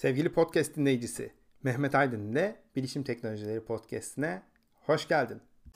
Sevgili podcast dinleyicisi, Mehmet Aydın ile Bilişim Teknolojileri Podcast'ine hoş geldin.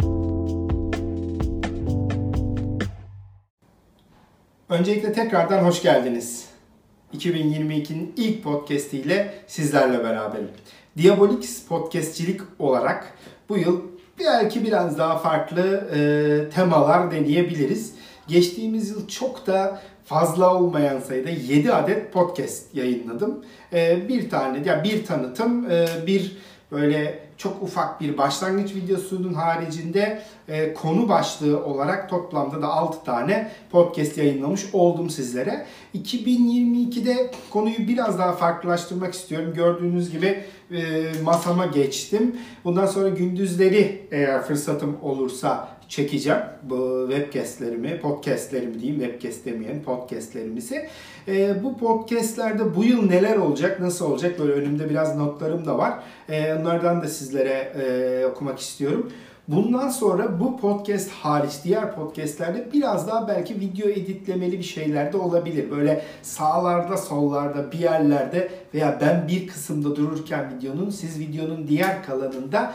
Öncelikle tekrardan hoş geldiniz. 2022'nin ilk podcast'i ile sizlerle beraberim. Diabolix podcastçilik olarak bu yıl belki biraz daha farklı temalar deneyebiliriz. Geçtiğimiz yıl çok da fazla olmayan sayıda 7 adet podcast yayınladım. Bir tanıtım, bir böyle çok ufak bir başlangıç videosunun haricinde konu başlığı olarak toplamda da 6 tane podcast yayınlamış oldum sizlere. 2022'de konuyu biraz daha farklılaştırmak istiyorum. Gördüğünüz gibi masama geçtim. Bundan sonra gündüzleri eğer fırsatım olursa çekeceğim bu podcastlerimi diyeyim, webcast demeyen podcastlerimizi. Bu podcastlerde bu yıl neler olacak, nasıl olacak, böyle önümde biraz notlarım da var. Onlardan da sizlere okumak istiyorum. Bundan sonra bu podcast hariç diğer podcastlerde biraz daha belki video editlemeli bir şeyler de olabilir. Böyle sağlarda, sollarda, bir yerlerde veya ben bir kısımda dururken siz videonun diğer kalanında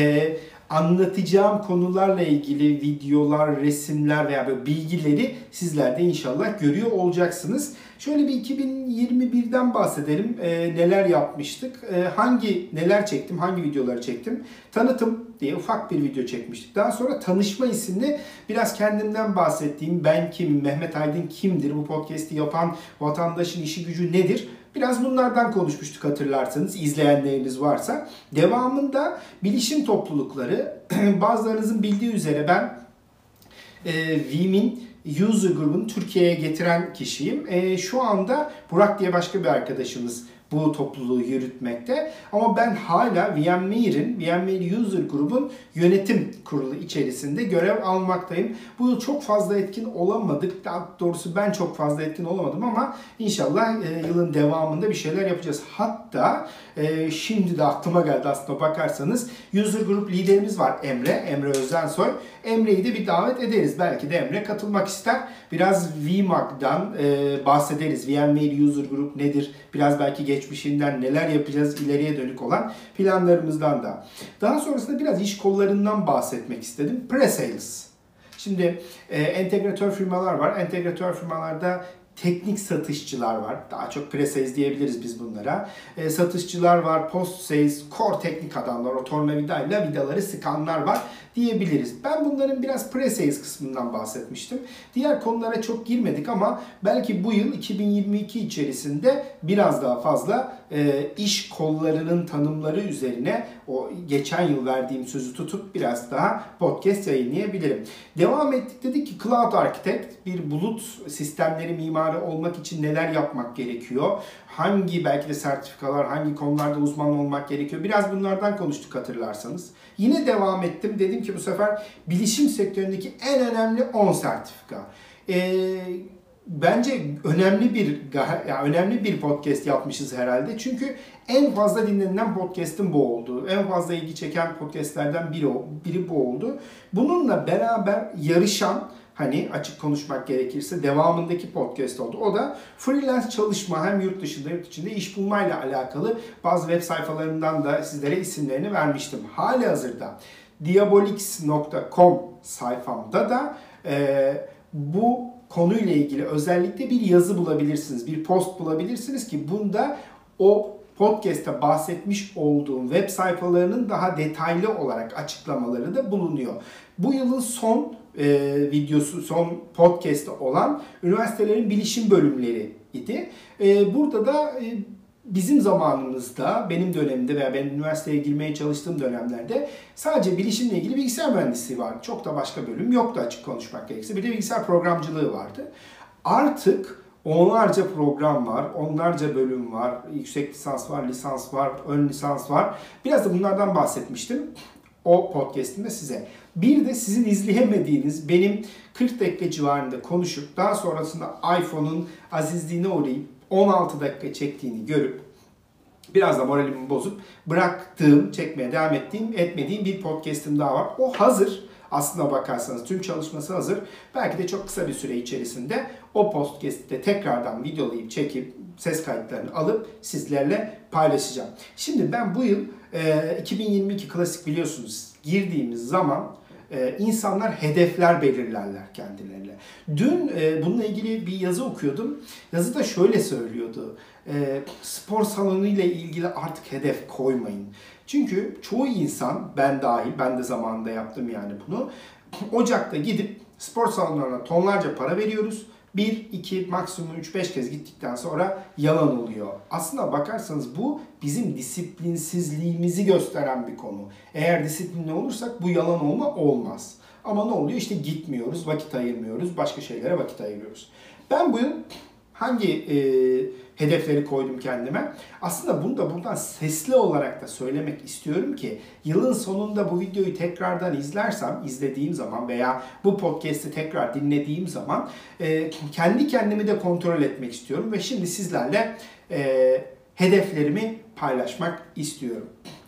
anlatacağım konularla ilgili videolar, resimler veya böyle bilgileri sizler de inşallah görüyor olacaksınız. Şöyle bir 2021'den bahsedelim. Neler yapmıştık? Neler çektim? Hangi videoları çektim? Tanıtım diye ufak bir video çekmiştik. Daha sonra tanışma isimli biraz kendimden bahsettiğim ben kimim, Mehmet Aydın kimdir, bu podcast'i yapan vatandaşın işi gücü nedir? Biraz bunlardan konuşmuştuk hatırlarsanız, izleyenleriniz varsa. Devamında bilişim toplulukları, bazılarınızın bildiği üzere ben Veeam'in user grubunu Türkiye'ye getiren kişiyim. Şu anda Burak diye başka bir arkadaşımız bu topluluğu yürütmekte. Ama ben hala VMware User Group'un yönetim kurulu içerisinde görev almaktayım. Bu yıl çok fazla etkin olamadık. Daha doğrusu ben çok fazla etkin olamadım ama inşallah yılın devamında bir şeyler yapacağız. Hatta şimdi de aklıma geldi aslında bakarsanız User Group liderimiz var Emre Özensoy. Emre'yi de bir davet ederiz. Belki de Emre katılmak ister. Biraz VMAG'dan bahsederiz. VMware User Group nedir? Biraz belki geçmişinden neler yapacağız ileriye dönük olan planlarımızdan da. Daha sonrasında biraz iş kollarından bahsetmek istedim. Pre-sales. Şimdi entegratör firmalar var. Entegratör firmalarda teknik satışçılar var. Daha çok pre-sales diyebiliriz biz bunlara. Satışçılar var, post-sales, core teknik adamlar, o tornavidayla vidaları sıkanlar var diyebiliriz. Ben bunların biraz pre-sales kısmından bahsetmiştim. Diğer konulara çok girmedik ama belki bu yıl 2022 içerisinde biraz daha fazla iş kollarının tanımları üzerine o geçen yıl verdiğim sözü tutup biraz daha podcast yayınlayabilirim. Devam ettik, dedik ki Cloud Architect, bir bulut sistemleri mimarı olmak için neler yapmak gerekiyor? Hangi belki de sertifikalar, hangi konularda uzman olmak gerekiyor? Biraz bunlardan konuştuk hatırlarsanız. Yine devam ettim. Dedim ki bu sefer bilişim sektöründeki en önemli 10 sertifika. Bence önemli bir podcast yapmışız herhalde. Çünkü en fazla dinlenilen podcast'ın bu oldu. En fazla ilgi çeken podcast'lerden biri bu oldu. Bununla beraber yarışan, hani açık konuşmak gerekirse devamındaki podcast oldu. O da freelance çalışma, hem yurt dışında yurt içinde iş bulmayla alakalı bazı web sayfalarından da sizlere isimlerini vermiştim. Halihazırda diabolix.com sayfamda da bu konuyla ilgili özellikle bir yazı bulabilirsiniz, bir post bulabilirsiniz ki bunda o podcast'ta bahsetmiş olduğum web sayfalarının daha detaylı olarak açıklamaları da bulunuyor. Bu yılın son son podcast'ı olan üniversitelerin bilişim bölümleri idi. Burada da bizim zamanımızda, benim dönemimde veya ben üniversiteye girmeye çalıştığım dönemlerde sadece bilişimle ilgili bilgisayar mühendisliği vardı. Çok da başka bölüm yoktu açık konuşmak gerekirse. Bir de bilgisayar programcılığı vardı. Artık onlarca program var, onlarca bölüm var, yüksek lisans var, lisans var, ön lisans var. Biraz da bunlardan bahsetmiştim o podcast'imde size. Bir de sizin izleyemediğiniz, benim 40 dakika civarında konuşup daha sonrasında iPhone'un azizliğine uğrayıp 16 dakika çektiğini görüp biraz da moralimi bozup bıraktığım, çekmeye devam etmediğim bir podcast'im daha var. O hazır. Aslına bakarsanız tüm çalışması hazır. Belki de çok kısa bir süre içerisinde o podcast'te tekrardan videolayıp çekip ses kayıtlarını alıp sizlerle paylaşacağım. Şimdi ben bu yıl 2022 klasik biliyorsunuz girdiğimiz zaman insanlar hedefler belirlerler kendilerine. Dün bununla ilgili bir yazı okuyordum. Yazıda şöyle söylüyordu. Spor salonu ile ilgili artık hedef koymayın. Çünkü çoğu insan, ben dahil, ben de zamanında yaptım yani bunu. Ocak'ta gidip spor salonlarına tonlarca para veriyoruz. 1, 2, maksimum 3-5 kez gittikten sonra yalan oluyor. Aslına bakarsanız bu bizim disiplinsizliğimizi gösteren bir konu. Eğer disiplinli olursak bu yalan olmaz. Ama ne oluyor? İşte gitmiyoruz, vakit ayırmıyoruz, başka şeylere vakit ayırıyoruz. Ben bu yıl hangi hedefleri koydum kendime? Aslında bunu da buradan sesli olarak da söylemek istiyorum ki yılın sonunda bu videoyu tekrardan izlediğim zaman veya bu podcast'i tekrar dinlediğim zaman kendi kendimi de kontrol etmek istiyorum ve şimdi sizlerle hedeflerimi paylaşmak istiyorum.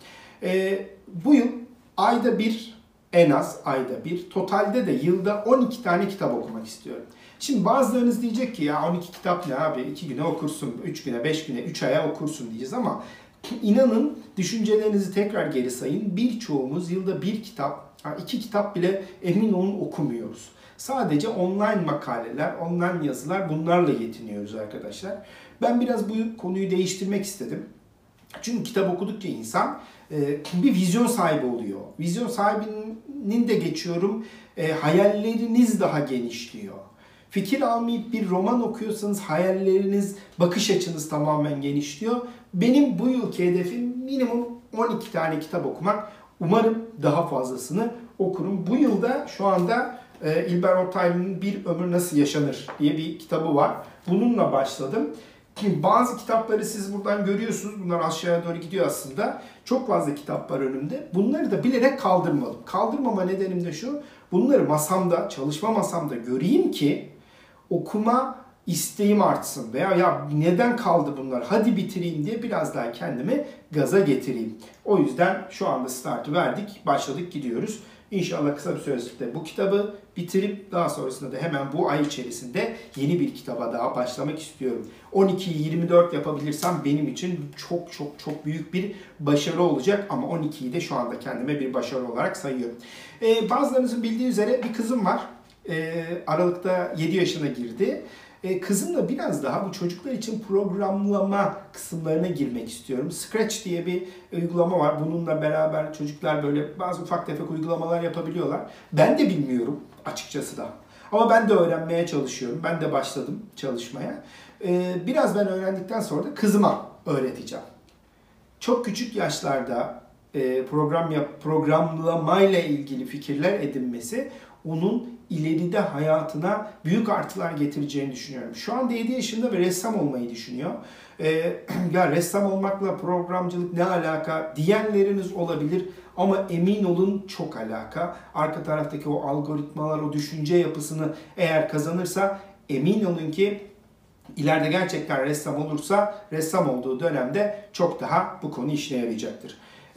Bu yıl ayda bir, en az ayda bir, totalde de yılda 12 tane kitap okumak istiyorum. Şimdi bazılarınız diyecek ki ya 12 kitap ne abi, 2 güne okursun, 3 güne, 5 güne, 3 aya okursun diyeceğiz ama inanın düşüncelerinizi tekrar geri sayın. Birçoğumuz yılda 1 kitap, 2 kitap bile emin olun okumuyoruz. Sadece online makaleler, online yazılar bunlarla yetiniyoruz arkadaşlar. Ben biraz bu konuyu değiştirmek istedim. Çünkü kitap okudukça insan bir vizyon sahibi oluyor. Vizyon sahibinin de geçiyorum, hayalleriniz daha genişliyor. Fikir almayıp bir roman okuyorsanız hayalleriniz, bakış açınız tamamen genişliyor. Benim bu yılki hedefim minimum 12 tane kitap okumak. Umarım daha fazlasını okurum. Bu yılda şu anda İlber Ortaylı'nın Bir Ömür Nasıl Yaşanır diye bir kitabı var. Bununla başladım. Bazı kitapları siz buradan görüyorsunuz. Bunlar aşağıya doğru gidiyor aslında. Çok fazla kitap var önümde. Bunları da bilerek kaldırmadım. Kaldırmama nedenim de şu. Bunları masamda, çalışma masamda göreyim ki okuma isteğim artsın. Veya ya neden kaldı bunlar? Hadi bitireyim diye biraz daha kendimi gaza getireyim. O yüzden şu anda startı verdik. Başladık, gidiyoruz. İnşallah kısa bir süreçte bu kitabı bitirip daha sonrasında da hemen bu ay içerisinde yeni bir kitaba daha başlamak istiyorum. 12'yi 24 yapabilirsem benim için çok büyük bir başarı olacak ama 12'yi de şu anda kendime bir başarı olarak sayıyorum. Bazılarınızın bildiği üzere bir kızım var. Aralıkta 7 yaşına girdi. Kızımla biraz daha bu çocuklar için programlama kısımlarına girmek istiyorum. Scratch diye bir uygulama var. Bununla beraber çocuklar böyle bazı ufak tefek uygulamalar yapabiliyorlar. Ben de bilmiyorum açıkçası da. Ama ben de öğrenmeye çalışıyorum. Ben de başladım çalışmaya. Biraz ben öğrendikten sonra da kızıma öğreteceğim. Çok küçük yaşlarda programlamayla ilgili fikirler edinmesi onun ileride hayatına büyük artılar getireceğini düşünüyorum. Şu anda 7 yaşında ve ressam olmayı düşünüyor. Ya ressam olmakla programcılık ne alaka diyenleriniz olabilir ama emin olun çok alaka. Arka taraftaki o algoritmalar, o düşünce yapısını eğer kazanırsa emin olun ki ileride gerçekten ressam olursa ressam olduğu dönemde çok daha bu konu işine yarayacaktır.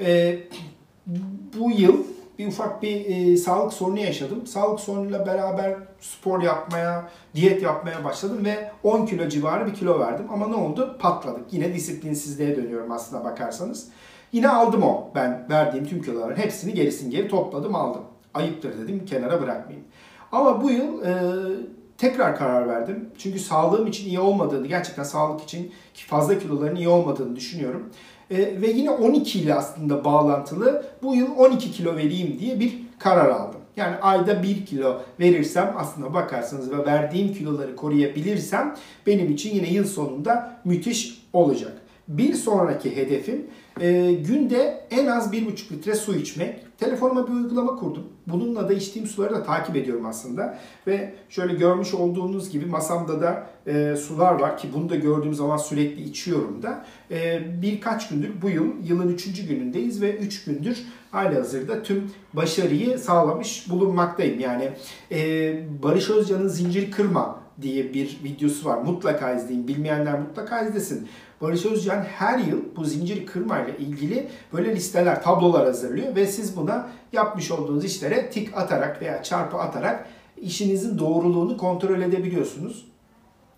Bu yıl ufak bir sağlık sorunu yaşadım. Sağlık sorunuyla beraber spor yapmaya, diyet yapmaya başladım ve 10 kilo civarı bir kilo verdim. Ama ne oldu? Patladık. Yine disiplinsizliğe dönüyorum aslına bakarsanız. Yine aldım o. Ben verdiğim tüm kiloların hepsini geri topladım aldım. Ayıptır dedim, kenara bırakmayayım. Ama bu yıl tekrar karar verdim. Çünkü sağlığım için iyi olmadığını, gerçekten sağlık için fazla kiloların iyi olmadığını düşünüyorum. Ve yine 12 ile aslında bağlantılı bu yıl 12 kilo vereyim diye bir karar aldım. Yani ayda 1 kilo verirsem aslında bakarsanız ve verdiğim kiloları koruyabilirsem benim için yine yıl sonunda müthiş olacak. Bir sonraki hedefim günde en az 1,5 litre su içmek. Telefonuma bir uygulama kurdum. Bununla da içtiğim suları da takip ediyorum aslında. Ve şöyle görmüş olduğunuz gibi masamda da sular var ki bunu da gördüğüm zaman sürekli içiyorum da. Birkaç gündür bu yılın 3. günündeyiz ve 3 gündür halihazırda tüm başarıyı sağlamış bulunmaktayım. Yani Barış Özcan'ın Zincir Kırma diye bir videosu var. Mutlaka izleyin. Bilmeyenler mutlaka izlesin. Barış Özcan her yıl bu zincir kırma ile ilgili böyle listeler, tablolar hazırlıyor ve siz buna yapmış olduğunuz işlere tik atarak veya çarpı atarak işinizin doğruluğunu kontrol edebiliyorsunuz.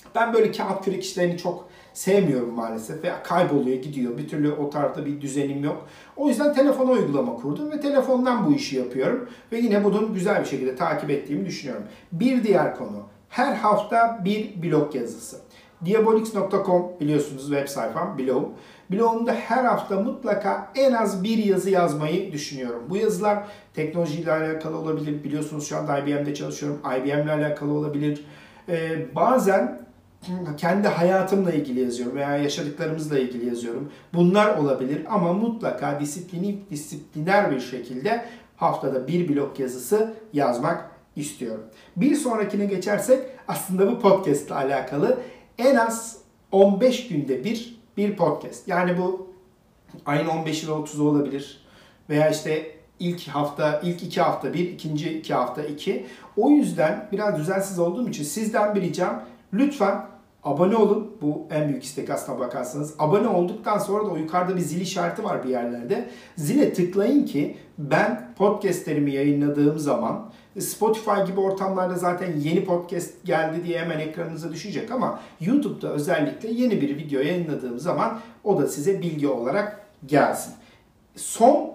Ben böyle kağıt kürek işlerini çok sevmiyorum maalesef veya kayboluyor gidiyor. Bir türlü o tarafta bir düzenim yok. O yüzden telefona uygulama kurdum ve telefondan bu işi yapıyorum. Ve yine bunun güzel bir şekilde takip ettiğimi düşünüyorum. Bir diğer konu. Her hafta bir blog yazısı. Diabolix.com biliyorsunuz web sayfam, blogum. Blogumda her hafta mutlaka en az bir yazı yazmayı düşünüyorum. Bu yazılar teknolojiyle alakalı olabilir. Biliyorsunuz şu anda IBM'de çalışıyorum. IBM'le alakalı olabilir. Bazen kendi hayatımla ilgili yazıyorum veya yaşadıklarımızla ilgili yazıyorum. Bunlar olabilir ama mutlaka disipliner bir şekilde haftada bir blog yazısı yazmak istiyorum. Bir sonrakine geçersek aslında bu podcast ile alakalı en az 15 günde bir podcast. Yani bu ayın 15'i ve 30'u olabilir veya işte ilk iki hafta bir, ikinci 2 hafta 2. O yüzden biraz düzensiz olduğum için sizden bir ricam lütfen abone olun. Bu en büyük istek aslına bakarsanız. Abone olduktan sonra da o yukarıda bir zil işareti var bir yerlerde. Zile tıklayın ki ben podcastlerimi yayınladığım zaman Spotify gibi ortamlarda zaten yeni podcast geldi diye hemen ekranınıza düşecek ama YouTube'da özellikle yeni bir video yayınladığım zaman o da size bilgi olarak gelsin. Son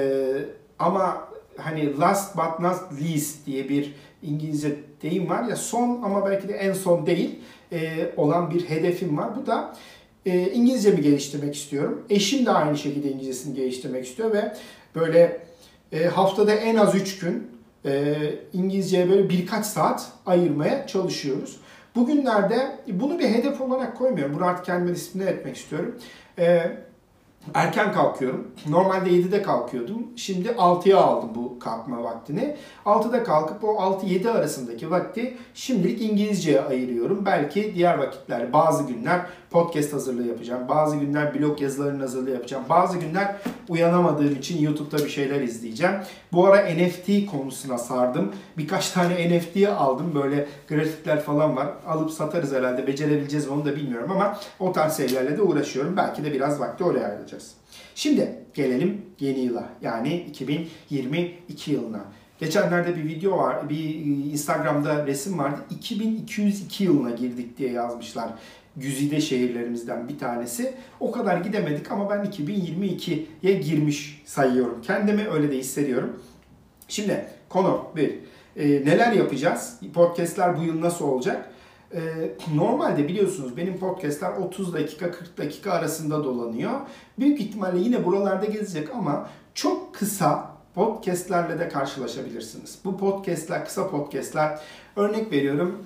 ama hani last but not least diye bir İngilizce deyim var ya, son ama belki de en son değil olan bir hedefim var. Bu da İngilizcemi geliştirmek istiyorum. Eşim de aynı şekilde İngilizcesini geliştirmek istiyor ve böyle haftada en az 3 gün İngilizceye böyle birkaç saat ayırmaya çalışıyoruz. Bugünlerde bunu bir hedef olarak koymuyorum. Bunu artık kendime disipline etmek istiyorum. Erken kalkıyorum. Normalde 7'de kalkıyordum. Şimdi 6'ya aldım bu kalkma vaktini. 6'da kalkıp o 6-7 arasındaki vakti şimdilik İngilizceye ayırıyorum. Belki diğer vakitler, bazı günler podcast hazırlığı yapacağım. Bazı günler blog yazılarının hazırlığı yapacağım. Bazı günler uyanamadığım için YouTube'da bir şeyler izleyeceğim. Bu ara NFT konusuna sardım. Birkaç tane NFT aldım. Böyle grafikler falan var. Alıp satarız herhalde. Becerebileceğiz mi onu da bilmiyorum ama o tarz şeylerle de uğraşıyorum. Belki de biraz vakti oraya ayıracağız. Şimdi gelelim yeni yıla. Yani 2022 yılına. Geçenlerde bir video var, bir Instagram'da resim vardı. 2202 yılına girdik diye yazmışlar. Güzide şehirlerimizden bir tanesi. O kadar gidemedik ama ben 2022'ye girmiş sayıyorum. Kendimi öyle de hissediyorum. Şimdi konu bir. Neler yapacağız? Podcast'ler bu yıl nasıl olacak? Normalde biliyorsunuz benim podcast'ler 30 dakika 40 dakika arasında dolanıyor. Büyük ihtimalle yine buralarda gezecek ama çok kısa podcast'lerle de karşılaşabilirsiniz. Bu podcast'ler, kısa podcast'ler, örnek veriyorum,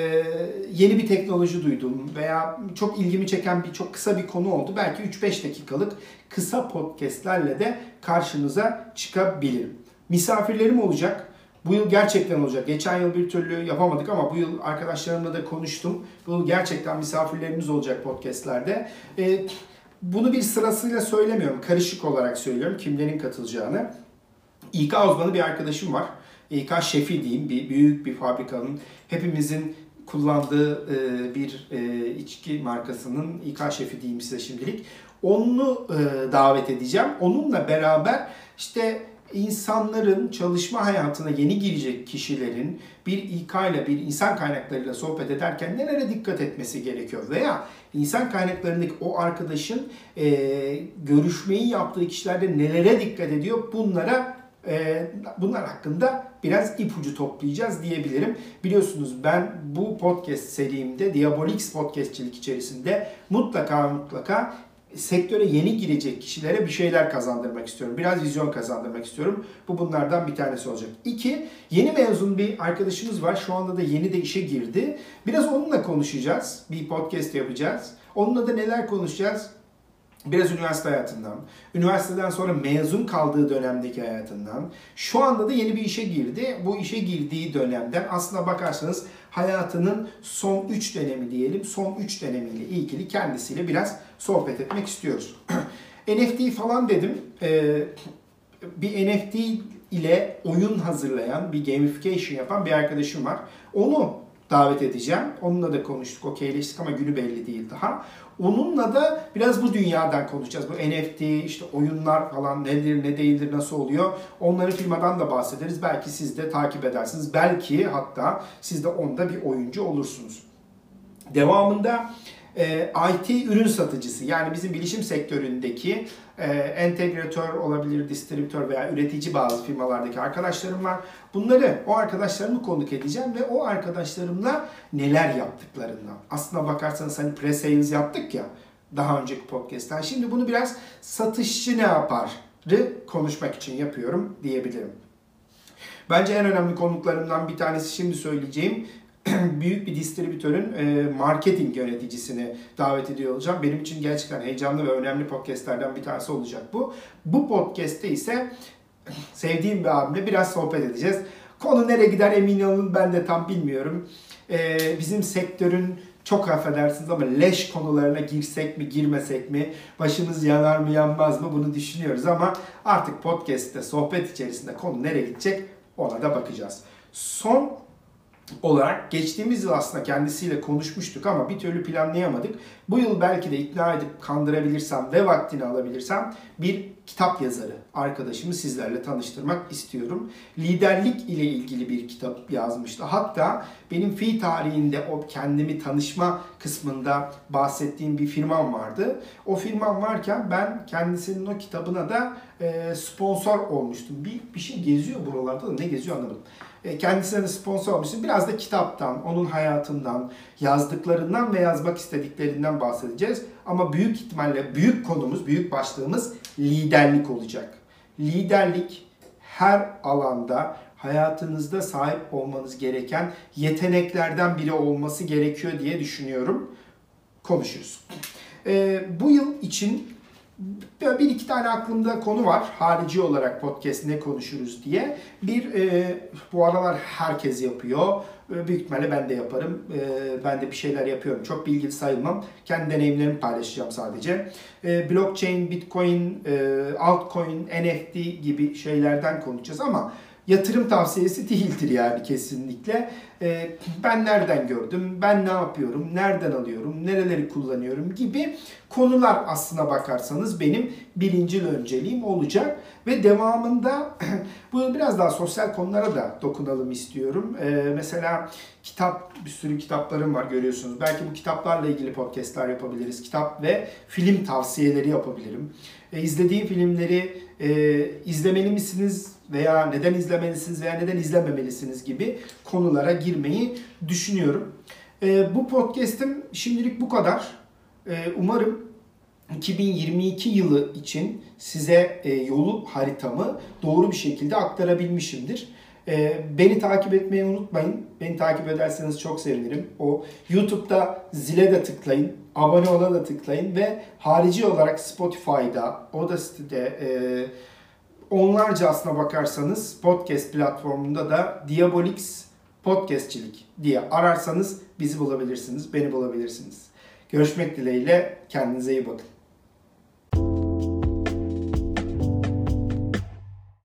yeni bir teknoloji duydum veya çok ilgimi çeken çok kısa bir konu oldu. Belki 3-5 dakikalık kısa podcast'lerle de karşınıza çıkabilirim. Misafirlerim olacak. Bu yıl gerçekten olacak. Geçen yıl bir türlü yapamadık ama bu yıl arkadaşlarımla da konuştum. Bu yıl gerçekten misafirlerimiz olacak podcastlerde. Bunu bir sırasıyla söylemiyorum. Karışık olarak söylüyorum kimlerin katılacağını. İK uzmanı bir arkadaşım var. İK şefi diyeyim. Büyük bir fabrikanın hepimizin kullandığı bir içki markasının İK şefi diyeyim size şimdilik. Onu davet edeceğim. Onunla beraber işte insanların çalışma hayatına yeni girecek kişilerin bir İK ile, bir insan kaynaklarıyla sohbet ederken nelere dikkat etmesi gerekiyor veya insan kaynaklarındaki o arkadaşın görüşmeyi yaptığı kişilerde nelere dikkat ediyor, bunlar hakkında biraz ipucu toplayacağız diyebilirim. Biliyorsunuz ben bu podcast serimde Diabolix podcastçilik içerisinde mutlaka sektöre yeni girecek kişilere bir şeyler kazandırmak istiyorum. Biraz vizyon kazandırmak istiyorum. Bu bunlardan bir tanesi olacak. 2, yeni mezun bir arkadaşımız var. Şu anda da yeni de işe girdi. Biraz onunla konuşacağız. Bir podcast yapacağız. Onunla da neler konuşacağız? Biraz üniversite hayatından, üniversiteden sonra mezun kaldığı dönemdeki hayatından, şu anda da yeni bir işe girdi. Bu işe girdiği dönemden aslına bakarsanız hayatının son 3 dönemi diyelim, son 3 dönemiyle ilgili kendisiyle biraz sohbet etmek istiyoruz. NFT falan dedim. Bir NFT ile oyun hazırlayan, bir gamification yapan bir arkadaşım var. Onu davet edeceğim. Onunla da konuştuk, okeyleştik ama günü belli değil daha. Onunla da biraz bu dünyadan konuşacağız. Bu NFT, işte oyunlar falan nedir, ne değildir, nasıl oluyor? Onları firmadan da bahsederiz. Belki siz de takip edersiniz. Belki hatta siz de onda bir oyuncu olursunuz. Devamında IT ürün satıcısı, yani bizim bilişim sektöründeki entegratör olabilir, distribütör veya üretici bazı firmalardaki arkadaşlarım var. O arkadaşlarımı konuk edeceğim ve o arkadaşlarımla neler yaptıklarından. Aslına bakarsanız hani pre-sales yaptık ya daha önceki podcast'ten. Şimdi bunu biraz satışçı ne yaparı konuşmak için yapıyorum diyebilirim. Bence en önemli konuklarımdan bir tanesi şimdi söyleyeceğim. Büyük bir distribütörün marketing yöneticisini davet ediyor olacağım. Benim için gerçekten heyecanlı ve önemli podcastlerden bir tanesi olacak bu. Bu podcast'te ise sevdiğim bir abimle biraz sohbet edeceğiz. Konu nereye gider emin olun, ben de tam bilmiyorum. Bizim sektörün, çok affedersiniz ama leş konularına girsek mi girmesek mi, başımız yanar mı yanmaz mı bunu düşünüyoruz ama artık podcast'te sohbet içerisinde konu nereye gidecek ona da bakacağız. Son olarak geçtiğimiz yıl aslında kendisiyle konuşmuştuk ama bir türlü planlayamadık. Bu yıl belki de ikna edip kandırabilirsem ve vaktini alabilirsem bir kitap yazarı arkadaşımı sizlerle tanıştırmak istiyorum. Liderlik ile ilgili bir kitap yazmıştı. Hatta benim fi tarihinde o kendimi tanışma kısmında bahsettiğim bir firmam vardı. O firmam varken ben kendisinin o kitabına da sponsor olmuştum. Bir şey geziyor buralarda da ne geziyor anlamadım. Kendisine de sponsor olmuştum. Biraz da kitaptan, onun hayatından, yazdıklarından ve yazmak istediklerinden bahsedeceğiz. Ama büyük ihtimalle büyük konumuz, büyük başlığımız liderlik olacak. Liderlik her alanda hayatınızda sahip olmanız gereken yeteneklerden biri olması gerekiyor diye düşünüyorum. Konuşuruz. Bu yıl için bir iki tane aklımda konu var. Harici olarak podcast ne konuşuruz diye. Bu aralar herkes yapıyor. Büyük ihtimalle ben de yaparım. Ben de bir şeyler yapıyorum. Çok bilgili sayılmam. Kendi deneyimlerimi paylaşacağım sadece. Blockchain, Bitcoin, altcoin, NFT gibi şeylerden konuşacağız ama yatırım tavsiyesi değildir yani kesinlikle. Ben nereden gördüm, ben ne yapıyorum, nereden alıyorum, nereleri kullanıyorum gibi konular aslına bakarsanız benim birinci önceliğim olacak. Ve devamında bu biraz daha sosyal konulara da dokunalım istiyorum. Mesela bir sürü kitaplarım var görüyorsunuz. Belki bu kitaplarla ilgili podcastlar yapabiliriz. Kitap ve film tavsiyeleri yapabilirim. İzlediğim filmleri izlemeli misiniz veya neden izlemelisiniz veya neden izlememelisiniz gibi konulara girmeyi düşünüyorum. Bu podcast'im şimdilik bu kadar. Umarım 2022 yılı için size yolu haritamı doğru bir şekilde aktarabilmişimdir. Beni takip etmeyi unutmayın. Beni takip ederseniz çok sevinirim. YouTube'da zile de tıklayın, abone ola da tıklayın ve harici olarak Spotify'da, Audacity'de, onlarca aslına bakarsanız podcast platformunda da Diabolix Podcastçilik diye ararsanız bizi bulabilirsiniz, beni bulabilirsiniz. Görüşmek dileğiyle, kendinize iyi bakın.